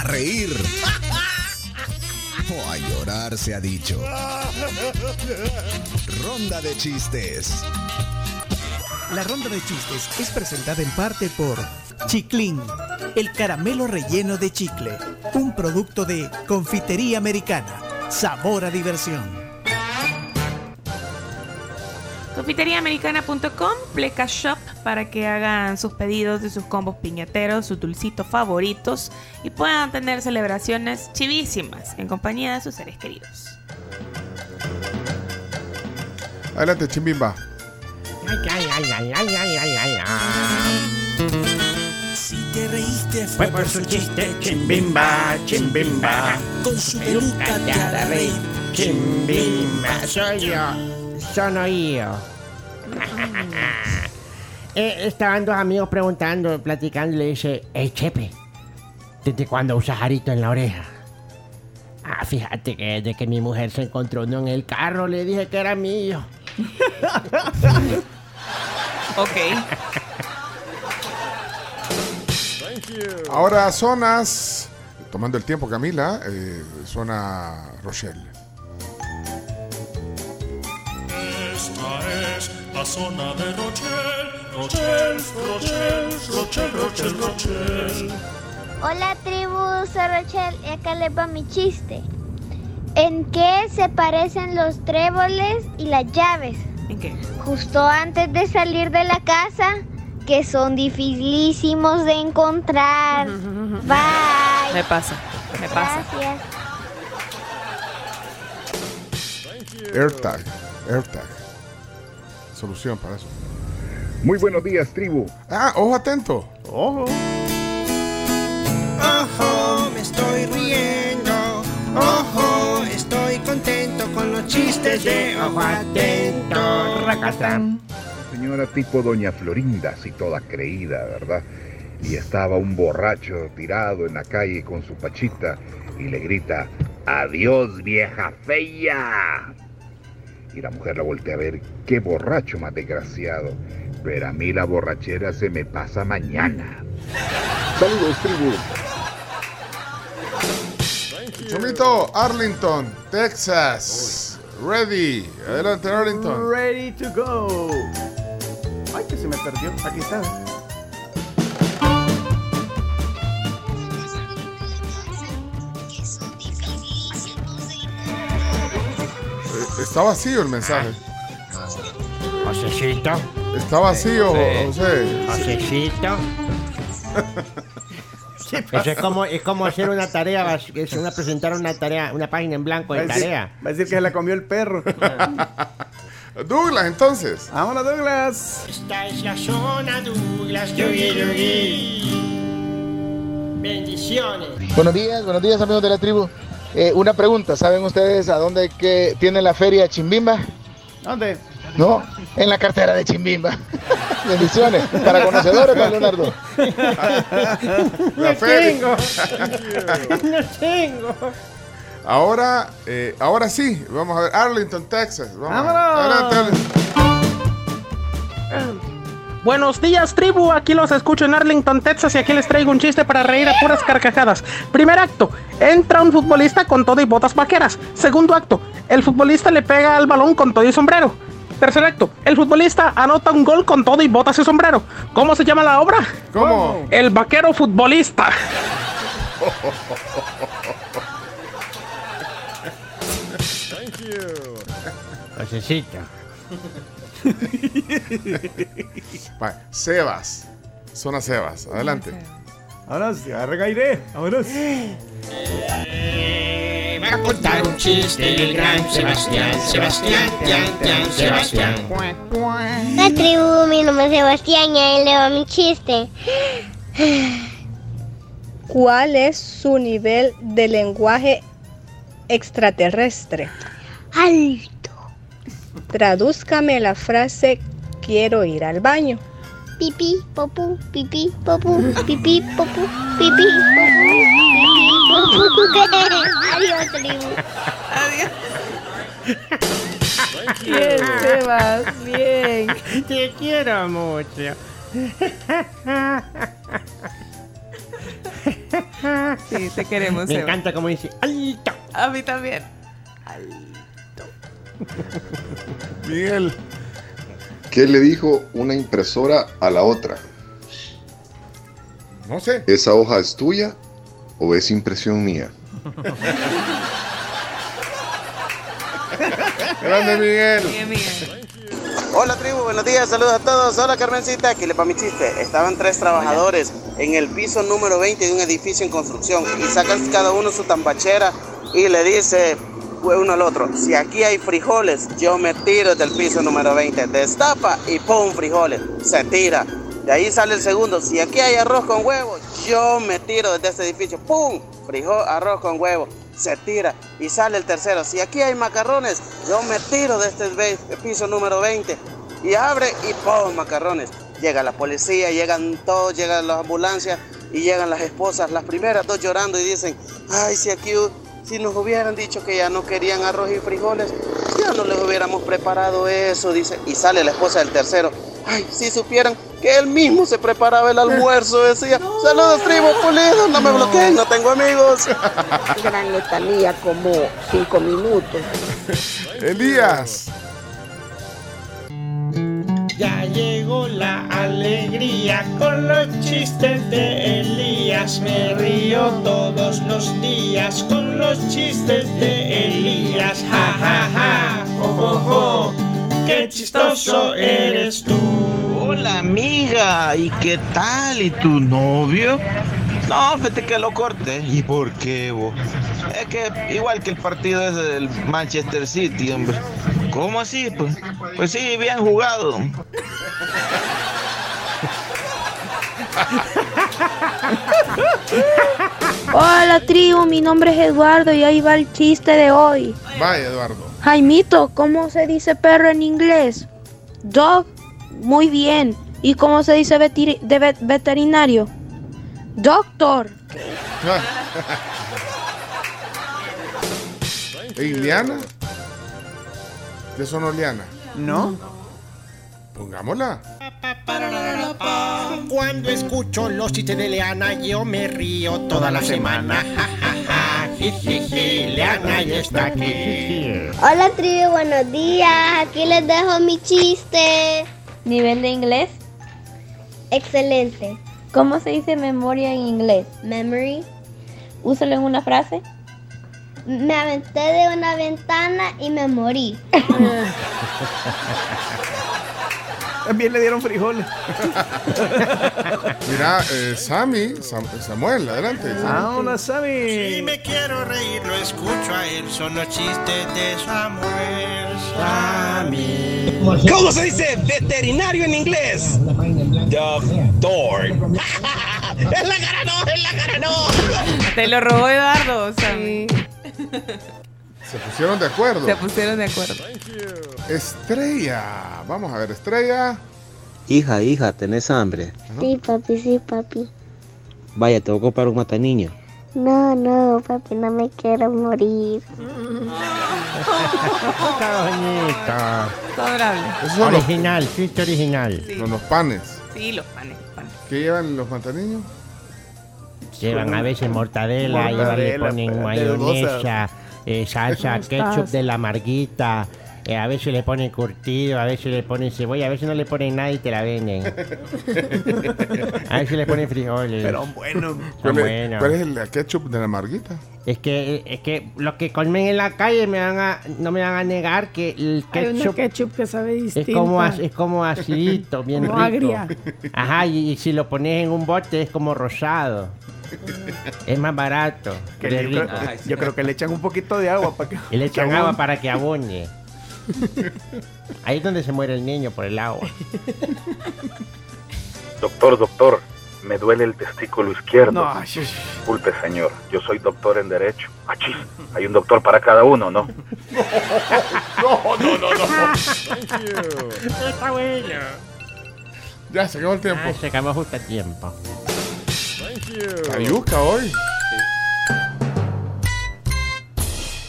reír o a llorar se ha dicho. Ronda de chistes. La ronda de chistes es presentada en parte por Chiclín, el caramelo relleno de chicle, un producto de Confitería Americana. Sabor a diversión. Confiteriaamericana.com, Pleca Shop, para que hagan sus pedidos de sus combos piñateros, sus dulcitos favoritos y puedan tener celebraciones chivísimas en compañía de sus seres queridos. Adelante, Chimbimba. Si te reíste Fue por su chiste, Chimbimba, Chimbimba. con su peluca te hará reír. Chimbimba, soy yo. Soy yo. Estaban dos amigos platicando, y le dice: hey, Chepe, ¿desde cuándo usas arito en la oreja? Ah, fíjate que desde que mi mujer se encontró uno en el carro, le dije que era mío. Ok. Ahora zonas, tomando el tiempo, Camila, zona Rochelle. Esta es la zona de Rochelle. Hola tribu, soy Rochelle y acá les va mi chiste. ¿En qué se parecen los tréboles y las llaves? ¿En qué? Justo antes de salir de la casa, que son dificilísimos de encontrar. Bye. Me pasa. Gracias. AirTag. Solución para eso. Muy buenos días, tribu. Ojo atento. Ojo. Ojo, me estoy riendo. Ojo, estoy contento con los chistes de Ojo Atento. Racatán. Señora tipo Doña Florinda, así toda creída, ¿verdad? Y estaba un borracho tirado en la calle con su pachita y le grita: ¡adiós, vieja fea! Y la mujer la voltea a ver: qué borracho más desgraciado. Pero a mí la borrachera se me pasa mañana. Saludos, tribu. Chomito, Arlington, Texas. Ready. Adelante, Arlington. Ready to go. Ay, que se me perdió. Aquí está. Está vacío el mensaje. Josecito. Está vacío, José. Josecito. Eso es como hacer una tarea, presentar una tarea, una página en blanco de tarea. Va a decir que se la comió el perro. Douglas, entonces. Vámonos, Douglas. Esta es la zona Douglas. Yugi. Bendiciones. Buenos días amigos de la tribu. Una pregunta, ¿saben ustedes a dónde tiene la feria Chimbimba? ¿Dónde? No, en la cartera de Chimbimba. Bendiciones. Para conocedores, don Leonardo. La feria. No tengo. Ahora sí, vamos a ver. Arlington, Texas. ¡Vámonos! Adelante. Buenos días, tribu. Aquí los escucho en Arlington, Texas, y aquí les traigo un chiste para reír a puras carcajadas. Primer acto: entra un futbolista con todo y botas vaqueras. Segundo acto: el futbolista le pega al balón con todo y sombrero. Tercer acto: el futbolista anota un gol con todo y botas y sombrero. ¿Cómo se llama la obra? ¿Cómo? El vaquero futbolista. Thank you. Josecito. Sebas. Zona Sebas. Adelante. Vámonos, agarra aire. Vámonos. Va a contar un chiste el gran Sebastián. La tribu, mi nombre es Sebastián y ahí le va mi chiste. ¿Cuál es su nivel de lenguaje extraterrestre? Alto. Tradúzcame la frase: quiero ir al baño. Pipí, popú, pipí, popú, pipí, popú, pipí, popú, pipí, popú. Adiós, tribu. Adiós. Bien, Sebas, bien. Te quiero mucho. Sí, te queremos, Me Seba. encanta como dice, alto. A mí también. Miguel. ¿Qué le dijo una impresora a la otra? No sé. ¿Esa hoja es tuya o es impresión mía? Grande Miguel. Bien, Miguel. Hola tribu, buenos días, saludos a todos. Hola Carmencita, aquí le pa' mi chiste. Estaban 3 trabajadores en el piso número 20 de un edificio en construcción y sacan cada uno su tambachera y le dice uno al otro: si aquí hay frijoles, yo me tiro del piso número 20. Destapa y ¡pum! Frijoles. Se tira. De ahí sale el segundo: si aquí hay arroz con huevo, yo me tiro desde este edificio. ¡Pum! Arroz con huevo. Se tira. Y sale el tercero: si aquí hay macarrones, yo me tiro de este piso número 20. Y abre y ¡pum! Macarrones. Llega la policía, llegan todos, llegan las ambulancias y llegan las esposas, las primeras 2 llorando y dicen: ay, si nos hubieran dicho que ya no querían arroz y frijoles, ya no les hubiéramos preparado eso, dice. Y sale la esposa del tercero: ay, si supieran que él mismo se preparaba el almuerzo, decía. Saludos, tribu pulido, no me bloqueen, no tengo amigos. Gran letanía, como 5 minutos. Elías. Ya llegó la alegría con los chistes de Elías. Me río todos los días con los chistes de Elías. Ja, ja, ja, jo, jo, jo. Qué chistoso eres tú. Hola amiga, ¿y qué tal? ¿Y tu novio? No, fíjate que lo corté. ¿Y por qué vos? Es que igual que el partido ese del Manchester City, hombre. ¿Cómo así? Pues sí, bien jugado. Hola tribu, mi nombre es Eduardo y ahí va el chiste de hoy. Vaya, Eduardo. Jaimito, ¿cómo se dice perro en inglés? Dog. Muy bien. ¿Y cómo se dice veterinario? Doctor. ¿Iliana? ¿De Sonoliana? ¿No? Pongámosla. Cuando escucho los chistes de Leana, yo me río toda la semana. Ja, ja, ja. Jijiji, Leana ya está aquí. Hola tribu, buenos días. Aquí les dejo mi chiste. ¿Nivel de inglés? Excelente. ¿Cómo se dice memoria en inglés? Memory. Úsalo en una frase. Me aventé de una ventana y me morí. También le dieron frijoles. Mira, Samuel, adelante. Hola, Sammy. Si me quiero reír, lo escucho a él. Son los chistes de Samuel. Sammy. ¿Cómo se dice veterinario en inglés? Doctor. ¡Es la cara no! Te lo robó Eduardo, Sammy. Se pusieron de acuerdo. Estrella. Vamos a ver, Estrella. Hija, ¿tenés hambre? Sí, papi. Vaya, te voy a comprar un mataniño. No, papi, no me quiero morir. Está bonito. Todo adorable. Esos son Original, chiste original. Sí. los panes. Sí, los panes. ¿Qué llevan los mataniños? Llevan a veces mortadela, le ponen mayonesa, salsa, ketchup de la amarguita, a veces le ponen curtido, a veces le ponen cebolla, a veces no le ponen nada y te la venden. A veces le ponen frijoles. Pero bueno. Son buenos. ¿Cuál es el ketchup de la amarguita? Es que los que comen en la calle no me van a negar que el Hay una ketchup que sabe distinto. es como acidito, bien como rico. agria. Ajá, y si lo pones en un bote es como rosado. Es más barato. Yo creo que le echan un poquito de agua para que. Y le echan agua para que abone. Ahí es donde se muere el niño, por el agua. Doctor, me duele el testículo izquierdo. No, Disculpe, señor, yo soy doctor en Derecho. Achis, hay un doctor para cada uno, ¿no? No. Está bueno. Ya, se acabó el tiempo. Se acabó justo a tiempo. Ayuca hoy.